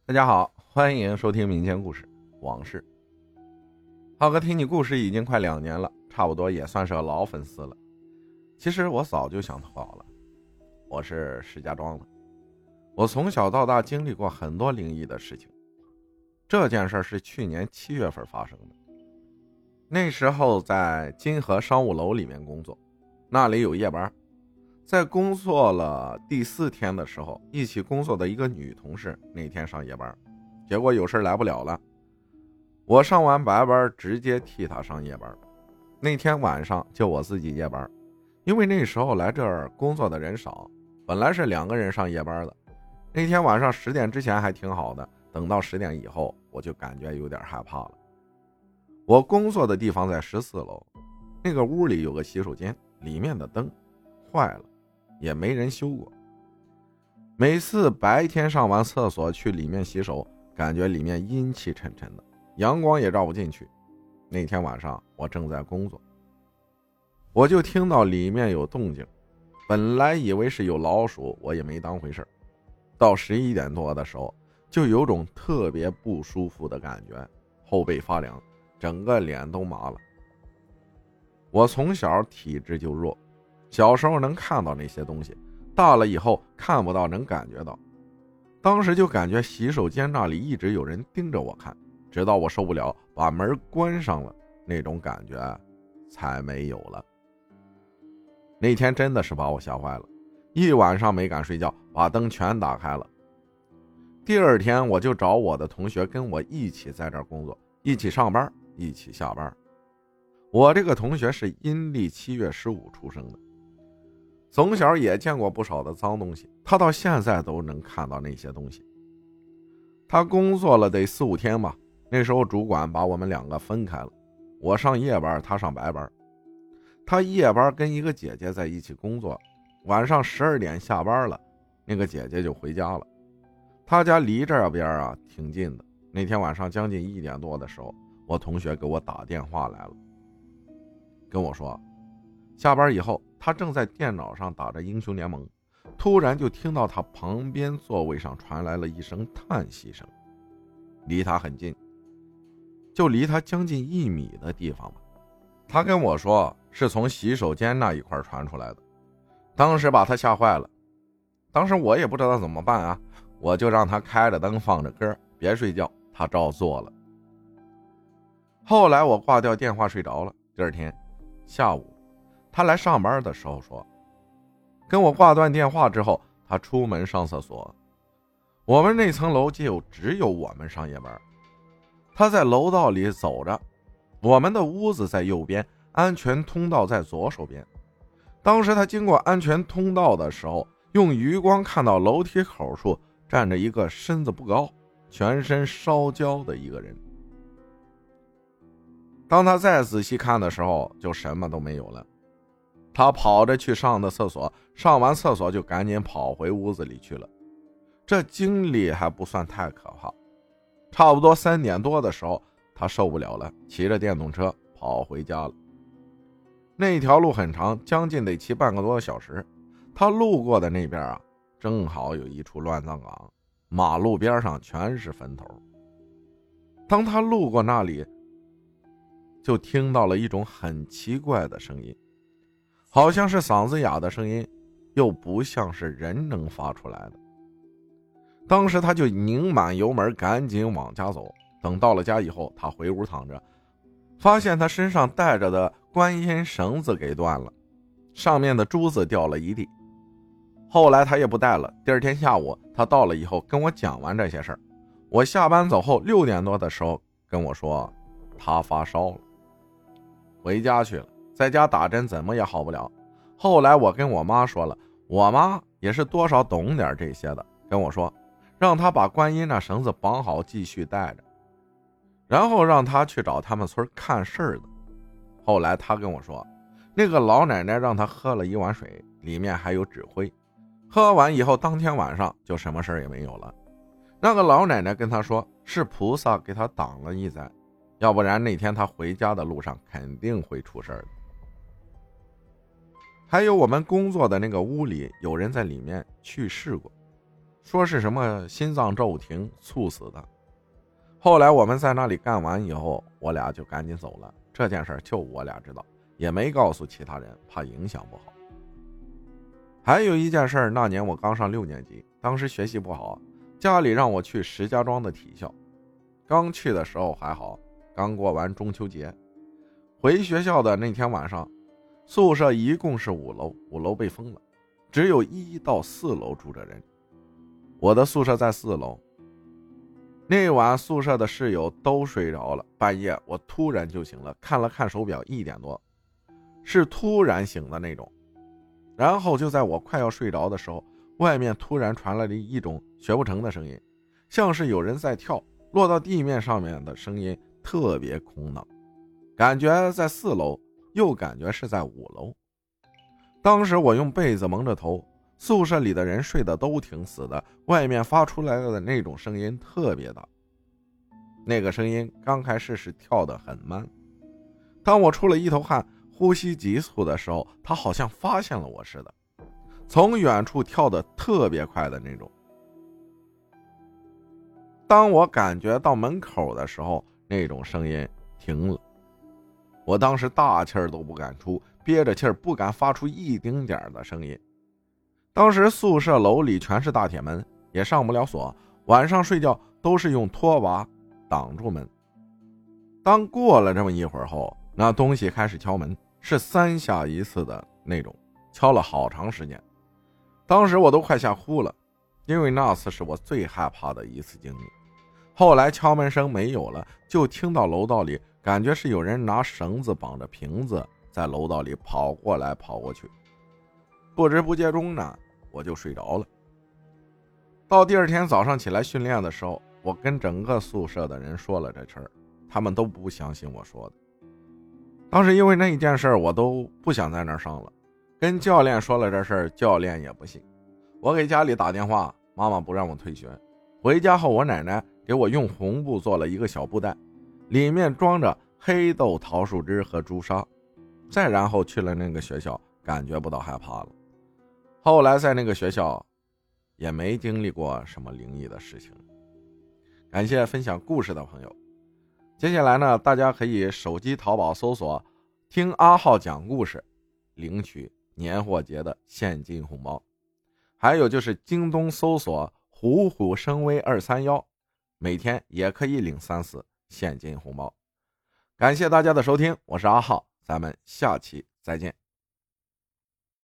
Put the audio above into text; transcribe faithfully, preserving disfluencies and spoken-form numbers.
大家好，欢迎收听民间故事往事。浩哥听你故事已经快两年了，差不多也算是个老粉丝了。其实我早就想投稿了。我是石家庄的，我从小到大经历过很多灵异的事情。这件事是去年七月份发生的。那时候在金河商务楼里面工作，那里有夜班。在工作了第四天的时候，一起工作的一个女同事那天上夜班，结果有事来不了了。我上完白班直接替她上夜班。那天晚上就我自己夜班，因为那时候来这儿工作的人少，本来是两个人上夜班的。那天晚上十点之前还挺好的，等到十点以后我就感觉有点害怕了。我工作的地方在十四楼，那个屋里有个洗手间，里面的灯坏了，也没人修过。每次白天上完厕所去里面洗手，感觉里面阴气沉沉的，阳光也照不进去。那天晚上我正在工作，我就听到里面有动静，本来以为是有老鼠，我也没当回事。到十一点多的时候，就有种特别不舒服的感觉，后背发凉，整个脸都麻了。我从小体质就弱，小时候能看到那些东西，大了以后看不到，能感觉到。当时就感觉洗手间那里一直有人盯着我看，直到我受不了把门关上了，那种感觉才没有了。那天真的是把我吓坏了，一晚上没敢睡觉，把灯全打开了。第二天我就找我的同学跟我一起在这儿工作，一起上班，一起下班。我这个同学是阴历七月十五出生的，从小也见过不少的脏东西，他到现在都能看到那些东西。他工作了得四五天吧，那时候主管把我们两个分开了，我上夜班，他上白班。他夜班跟一个姐姐在一起工作，晚上十二点下班了，那个姐姐就回家了。他家离这边啊挺近的。那天晚上将近一点多的时候，我同学给我打电话来了，跟我说下班以后他正在电脑上打着英雄联盟，突然就听到他旁边座位上传来了一声叹息声，离他很近，就离他将近一米的地方吧。他跟我说是从洗手间那一块传出来的，当时把他吓坏了。当时我也不知道怎么办啊，我就让他开着灯放着歌，别睡觉，他照做了。后来我挂掉电话睡着了，第二天下午他来上班的时候说，跟我挂断电话之后，他出门上厕所。我们那层楼就只有我们上夜班，他在楼道里走着，我们的屋子在右边，安全通道在左手边。当时他经过安全通道的时候，用余光看到楼梯口处站着一个身子不高，全身烧焦的一个人。当他再仔细看的时候，就什么都没有了。他跑着去上的厕所，上完厕所就赶紧跑回屋子里去了。这经历还不算太可怕。差不多三点多的时候，他受不了了，骑着电动车跑回家了。那条路很长，将近得骑半个多小时。他路过的那边啊，正好有一处乱葬岗，马路边上全是坟头。当他路过那里，就听到了一种很奇怪的声音，好像是嗓子哑的声音，又不像是人能发出来的。当时他就拧满油门赶紧往家走。等到了家以后，他回屋躺着，发现他身上带着的观音绳子给断了，上面的珠子掉了一地。后来他也不戴了。第二天下午他到了以后跟我讲完这些事儿。我下班走后六点多的时候跟我说他发烧了，回家去了，在家打针怎么也好不了。后来我跟我妈说了，我妈也是多少懂点这些的，跟我说让他把观音那绳子绑好继续带着，然后让他去找他们村看事儿的。后来他跟我说，那个老奶奶让他喝了一碗水，里面还有纸灰，喝完以后当天晚上就什么事儿也没有了。那个老奶奶跟他说是菩萨给他挡了一灾，要不然那天他回家的路上肯定会出事儿的。还有我们工作的那个屋里有人在里面去世过， 说是什么心脏骤停猝死的。后来我们在那里干完以后，我俩就赶紧走了，这件事就我俩知道，也没告诉其他人，怕影响不好。还有一件事，那年我刚上六年级，当时学习不好，家里让我去石家庄的体校。刚去的时候还好，刚过完中秋节，回学校的那天晚上，宿舍一共是五楼，五楼被封了，只有一到四楼住着人。我的宿舍在四楼。那晚宿舍的室友都睡着了，半夜我突然就醒了，看了看手表，一点多，是突然醒的那种。然后就在我快要睡着的时候，外面突然传来了一种学不成的声音，像是有人在跳，落到地面上面的声音特别空荡，感觉在四楼，又感觉是在五楼。当时我用被子蒙着头，宿舍里的人睡得都挺死的，外面发出来的那种声音特别大。那个声音刚开始是跳得很慢，当我出了一头汗，呼吸急促的时候，他好像发现了我似的，从远处跳得特别快的那种。当我感觉到门口的时候，那种声音停了。我当时大气儿都不敢出，憋着气儿不敢发出一丁点的声音。当时宿舍楼里全是大铁门，也上不了锁，晚上睡觉都是用拖把挡住门。当过了这么一会儿后，那东西开始敲门，是三下一次的那种，敲了好长时间。当时我都快吓哭了，因为那次是我最害怕的一次经历。后来敲门声没有了，就听到楼道里感觉是有人拿绳子绑着瓶子在楼道里跑过来跑过去。不知不觉中呢，我就睡着了。到第二天早上起来训练的时候，我跟整个宿舍的人说了这事儿，他们都不相信我说的。当时因为那一件事，我都不想在那儿上了，跟教练说了这事儿，教练也不信。我给家里打电话，妈妈不让我退学。回家后，我奶奶给我用红布做了一个小布袋，里面装着黑豆、桃树枝和朱砂。再然后去了那个学校，感觉不到害怕了。后来在那个学校也没经历过什么灵异的事情。感谢分享故事的朋友。接下来呢，大家可以手机淘宝搜索听阿浩讲故事，领取年货节的现金红包。还有就是京东搜索虎虎生威二三一，每天也可以领三次现金红包。感谢大家的收听，我是阿浩，咱们下期再见。